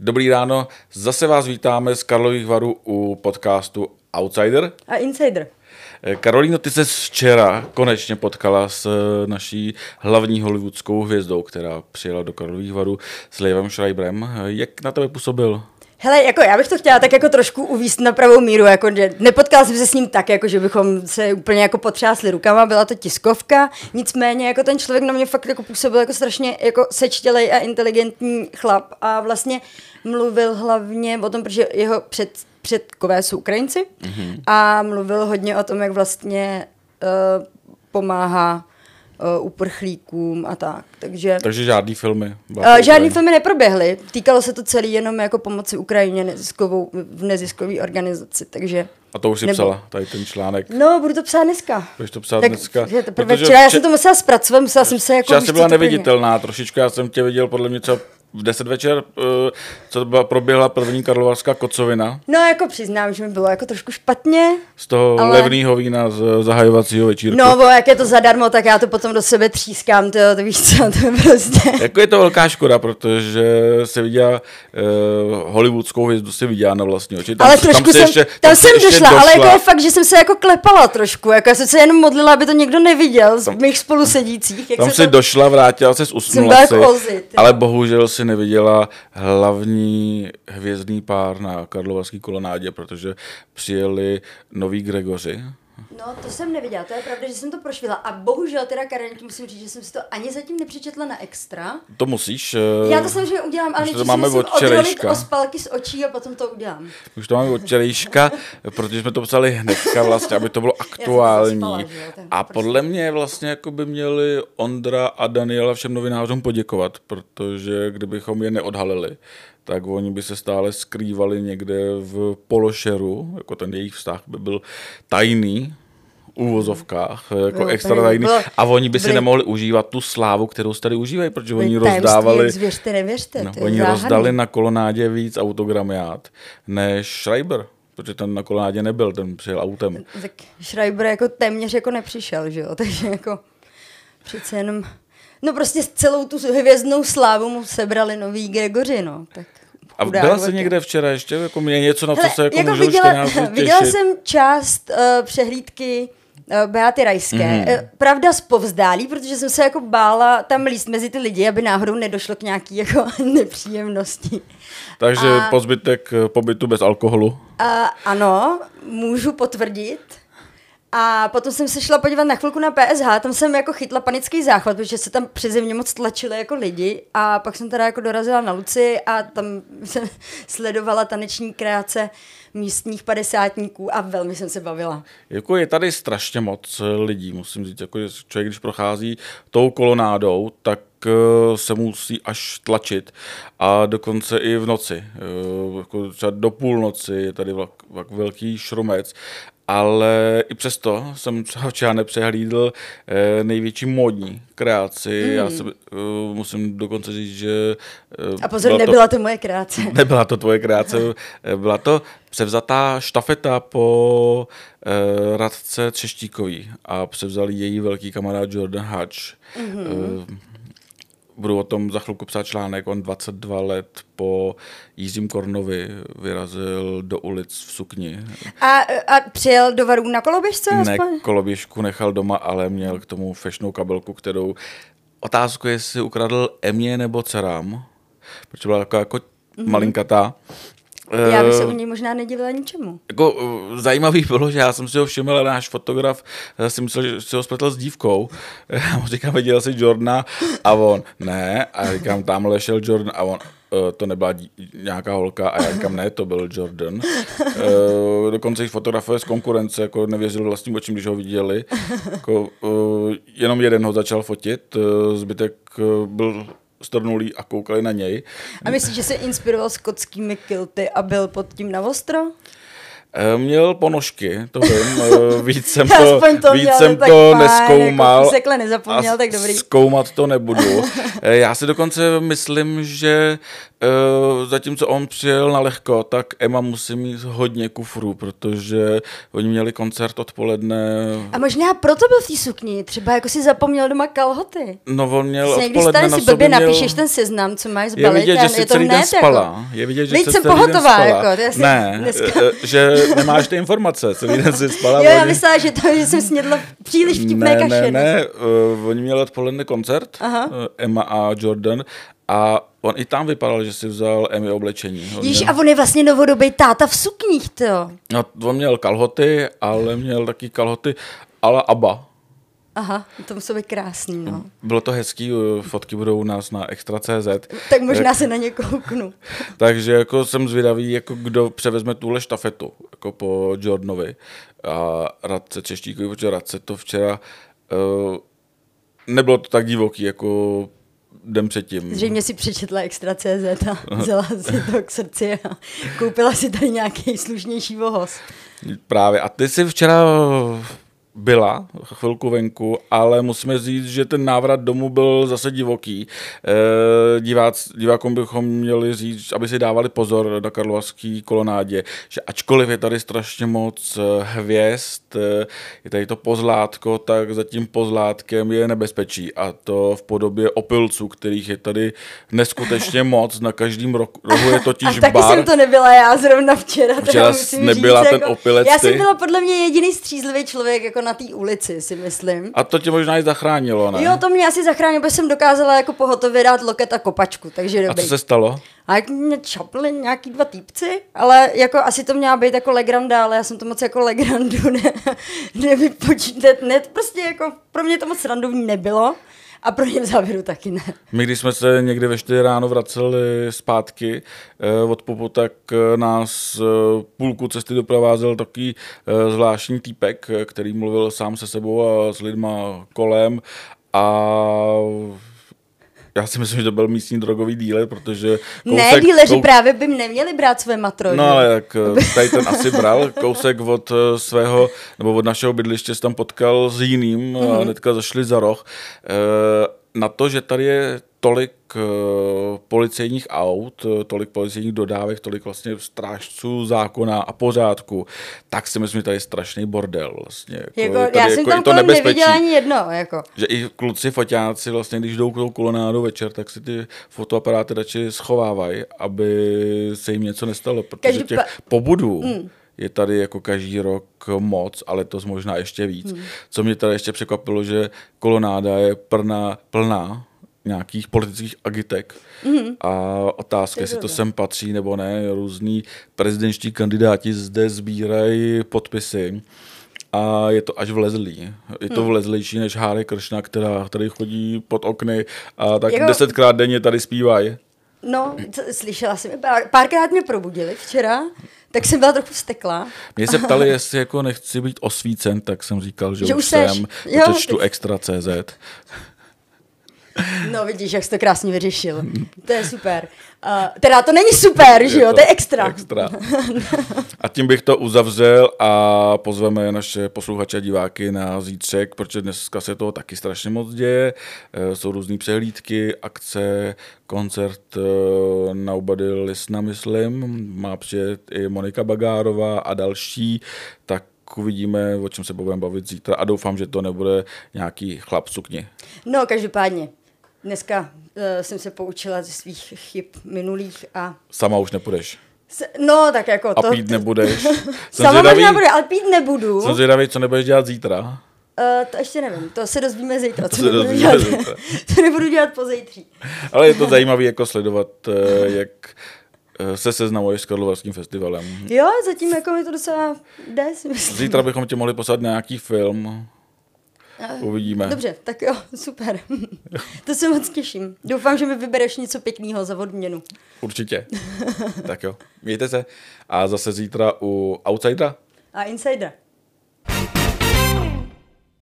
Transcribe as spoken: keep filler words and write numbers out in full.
Dobrý ráno, zase vás vítáme z Karlových Varů u podcastu Outsider a Insider. Karolíno, ty se včera konečně potkala s naší hlavní hollywoodskou hvězdou, která přijela do Karlových Varů s Lievem Schreiberem. Jak na tebe působil? Hele, jako já bych to chtěla tak jako trošku uvíct na pravou míru, jako že nepotkala jsem se s ním tak, jako že bychom se úplně jako potřásli rukama, byla to tiskovka, nicméně jako ten člověk na mě fakt jako působil jako strašně jako sečtělej a inteligentní chlap a vlastně mluvil hlavně o tom, protože jeho před, předkové jsou Ukrajinci mm-hmm. a mluvil hodně o tom, jak vlastně uh, pomáhá Uh, uprchlíkům a tak. Takže, Takže žádný filmy? Uh, žádný filmy neproběhly. Týkalo se to celý jenom jako pomoci Ukrajině neziskovou, v neziskové organizaci. Takže a to už jsi nebo... psala, tady ten článek. No, budu to psát dneska. Budeš to psát tak, dneska. Teprve včera já jsem to musela zpracovat, musela jsem se jako... Včera jsi byla neviditelná trošičku, já jsem tě viděl podle mě třeba v deset večer, co byla, proběhla první karlovarská kocovina. No, jako přiznám, že mi bylo jako trošku špatně. Z toho ale... levného vína z zahajovacího večírku. No, bo jak je to zadarmo, tak já to potom do sebe třískám, to, to víš co, to je prostě... Jako je to velká škoda, protože se viděla uh, hollywoodskou hvězdu si viděla na vlastní oči. Tam, ale trošku tam jsem, ještě, tam, tam jsem ještě došla, došla, ale jako je fakt, že jsem se jako klepala trošku, jako já jsem se jenom modlila, aby to někdo neviděl z tam, mých spolusedících. Jak tam se si to... došla, vrátila se, usnula si, jako ozit, ale bohužel si neviděla hlavní hvězdný pár na karlovarský kolonádě, protože přijeli noví Gregoři. No, to jsem neviděla, to je pravda, že jsem to prošvihla. A bohužel teda, Karen, musím říct, že jsem si to ani zatím nepřečetla na Extra. To musíš. Já to samozřejmě udělám, ale nejdřív musím odrolit ospalky z očí a potom to udělám. Už to máme od včerejška, protože jsme to psali hnedka vlastně, aby to bylo aktuální. To zaspala, a podle mě vlastně jako by měli Ondra a Daniela všem novinářům poděkovat, protože kdybychom je neodhalili, tak oni by se stále skrývali někde v pološeru, jako ten jejich vztah by byl tajný, úvozovkách, jako bylo, extra tajný, bylo, a oni by si byli, nemohli užívat tu slávu, kterou se tady užívají, protože oni rozdávali, zvěřte, nevěřte, no, oni záhadný. rozdali na kolonádě víc autogramiát než Schreiber, protože ten na kolonádě nebyl, ten přijel autem. Tak Schreiber jako téměř jako nepřišel, že jo, takže jako přece jenom, no prostě celou tu hvězdnou slávu mu sebrali noví Gregoři, no, tak. A byla jsi někde včera ještě? Jako mě něco, na co Hele, se jako, jako můžou viděla, těšit? Viděla jsem část uh, přehlídky uh, Beaty Rajské. Mm. Uh, pravda zpovzdálí, protože jsem se jako bála tam líst mezi ty lidi, aby náhodou nedošlo k nějaký jako nepříjemnosti. Takže a, po zbytek pobytu bez alkoholu? Uh, ano, můžu potvrdit. A potom jsem se šla podívat na chvilku na P S H, tam jsem jako chytla panický záchvat, protože se tam přeze mě moc tlačili jako lidi a pak jsem teda jako dorazila na Luci a tam jsem sledovala taneční kreace místních padesátníků a velmi jsem se bavila. Jako je tady strašně moc lidí, musím říct, jako člověk, když prochází tou kolonádou, tak se musí až tlačit a dokonce i v noci, jako třeba do půlnoci je tady velký šrumec. Ale i přesto jsem včera nepřehlídl eh, největší módní kreaci. Mm. Já se, uh, musím dokonce říct, že... Uh, A pozor, nebyla to, to moje kreace. Nebyla to tvoje kreace. Byla to převzatá štafeta po uh, Radce Třeštíkový a převzal její velký kamarád Jordan Hatch. Mm-hmm. Uh, Budu o tom za chvilku psát článek. On dvacet dva let po Jiřím Kornovi vyrazil do ulic v sukni. A, a přijel do Varů na koloběžce? Ne, koloběžku nechal doma, ale měl k tomu fešnou kabelku, kterou otázku, jestli ukradl Emě nebo dcerám, protože byla taková jako mm-hmm. malinkatá. Já bych se u něj možná nedivila ničemu. Jako zajímavý bylo, že já jsem si ho všiml, ale náš fotograf si myslel, že si ho spletl s dívkou. Já mu říkám, viděl jsi Jordana? A on, ne. A já říkám, tamhle šel Jordan. A on, to nebyla dí, nějaká holka. A já říkám, ne, to byl Jordan. Dokonce i fotografové z konkurence jako nevěřili vlastním očím, když ho viděli. Jako, jenom jeden ho začal fotit, zbytek byl strnulý a koukali na něj. A myslíš, že se inspiroval skotskými kilty a byl pod tím na ostro? Měl ponožky, to vím, víc jsem to, to, víc měl, jsem tak to fajn, neskoumal jako nezapomněl, tak dobrý. Zkoumat to nebudu. Já si dokonce myslím, že uh, zatímco on přijel na lehko, tak Emma musí mít hodně kufrů, protože oni měli koncert odpoledne. A možná proto byl v té sukni, třeba jako si zapomněl doma kalhoty. No on měl Když odpoledne když na si sobě blbě měl... napíšeš ten seznam, co máš zbalit. Je vidět, že jsi je to celý den hned, spala. Jako. Je vidět, že Víc jsi jsem celý pohotová, den spala. jako, ne, dneska... že nemáš ty informace, celý den jsi spala. Jo, já myslela, že, to, že jsem snědla příliš vtipné ne, kaše. Ne, ne, uh, oni měli odpoledne koncert, uh, Emma a Jordan, a on i tam vypadal, že si vzal Emmy oblečení. Jež, a on je vlastně novodobý táta v sukních, to. No, on měl kalhoty, ale měl taky kalhoty ala ABBA. Aha, to musí být krásný, no. Bylo to hezký, fotky budou u nás na extra tečka cé zet. Tak možná tak, se na ně kouknu. Takže jako jsem zvědavý, jako kdo převezme tuhle štafetu jako po Jordanovi a Radce Češtíkovi, protože Radce to včera uh, nebylo to tak divoký, jako den předtím. Zřejmě si přečetla extra tečka cé zet a vzala si to k srdci a koupila si tady nějaký slušnější vohoz. Právě. A ty jsi včera byla chvilku venku, ale musíme říct, že ten návrat domů byl zase divoký. E, divác, divákům bychom měli říct, aby si dávali pozor na karlovarský kolonádě, že ačkoliv je tady strašně moc hvězd, je tady to pozlátko, tak za tím pozlátkem je nebezpečí, a to v podobě opilců, kterých je tady neskutečně moc. Na každém rohu je totiž a taky bar. jsem to nebyla já zrovna včera. Včera nebyla říct, ten jako, opilec. Já jsem ty. byla podle mě jediný střízlivý člověk jako na té ulici, si myslím. A to tě možná i zachránilo, ne? Jo, to mě asi zachránilo, protože jsem dokázala jako pohotově dát loket a kopačku, takže dobrý. A co se stalo? A jak mě čapli nějaký dva týpci, ale jako asi to měla být jako legranda, ale já jsem to moc jako legrandu ne, nevypočítat, ne, prostě jako pro mě to moc randovní nebylo. A pro ně v závěru taky ne. My, když jsme se někdy ve čtyři ráno vraceli zpátky eh, od pubu, tak eh, nás eh, půlku cesty doprovázel takový eh, zvláštní týpek, který mluvil sám se sebou a s lidma kolem, a já si myslím, že to byl místní drogový díler, protože... Kousek, ne, díleři kou... právě by neměli brát své matro. No ale jak tady ten asi bral, kousek od svého, nebo od našeho bydliště se tam potkal s jiným mm. a hnedka zašli za roh. E, na to, že tady je tolik uh, policejních aut, tolik policejních dodávek, tolik vlastně strážců zákona a pořádku, tak si myslím, že tady je strašný bordel. Vlastně. Jako, jako, já jsem jako, tam kolem neviděla ani jedno. Jako. Že i kluci foťáci, vlastně, když jdou k tou kolonádou večer, tak si ty fotoaparáty radši schovávají, aby se jim něco nestalo, protože Každý těch pa... pobudů mm. je tady jako každý rok moc, ale to možná ještě víc. Hmm. Co mě tady ještě překvapilo, že kolonáda je plná, plná nějakých politických agitek mm. a otázka, jestli to sem patří nebo ne. Různí prezidentští kandidáti zde sbírají podpisy a je to až vlezlý. Je to hmm. vlezlejší než Háry Kršna, která tady chodí pod okny a tak jako... desetkrát denně tady zpívají. No, co, slyšela jsem, pár, párkrát mě probudili včera, tak jsem byla trochu vztekla. Mě se ptali, jestli jako nechci být osvícen, tak jsem říkal, že, že už seš. jsem, jo, protože čtu extra tečka cé zet. No vidíš, jak jsi to krásně vyřešil. To je super. Uh, teda to není super, že jo, to, to je extra. extra. A tím bych to uzavřel a pozveme naše posluchače a diváky na zítřek, protože dneska se toho taky strašně moc děje. Jsou různý přehlídky, akce, koncert Nobody Listena, myslím. Má přijet i Monika Bagárová a další, tak uvidíme, o čem se budeme bavit zítra, a doufám, že to nebude nějaký chlap v sukni. No, každopádně. Dneska uh, jsem se poučila ze svých chyb minulých a... Sama už nepůjdeš. S, no, tak jako a to... A pít nebudeš. Sama zvědavý, možná budu, ale pít nebudu. Jsem zvědavý, co nebudeš dělat zítra. Uh, to ještě nevím, to se dozvíme zítra, co to nebudu dělat. Zítra. To nebudu dělat pozítří. Ale je to zajímavé jako sledovat, jak se seznamuješ s Karlovarským festivalem. Jo, zatím jako mi to docela jde, si myslím. Zítra bychom tě mohli poslat nějaký film. Uvidíme. Dobře, tak jo, super. To se moc těším. Doufám, že mi vybereš něco pěkného za odměnu. Určitě. Tak jo, mějte se. A zase zítra u Outsidera a Insidera.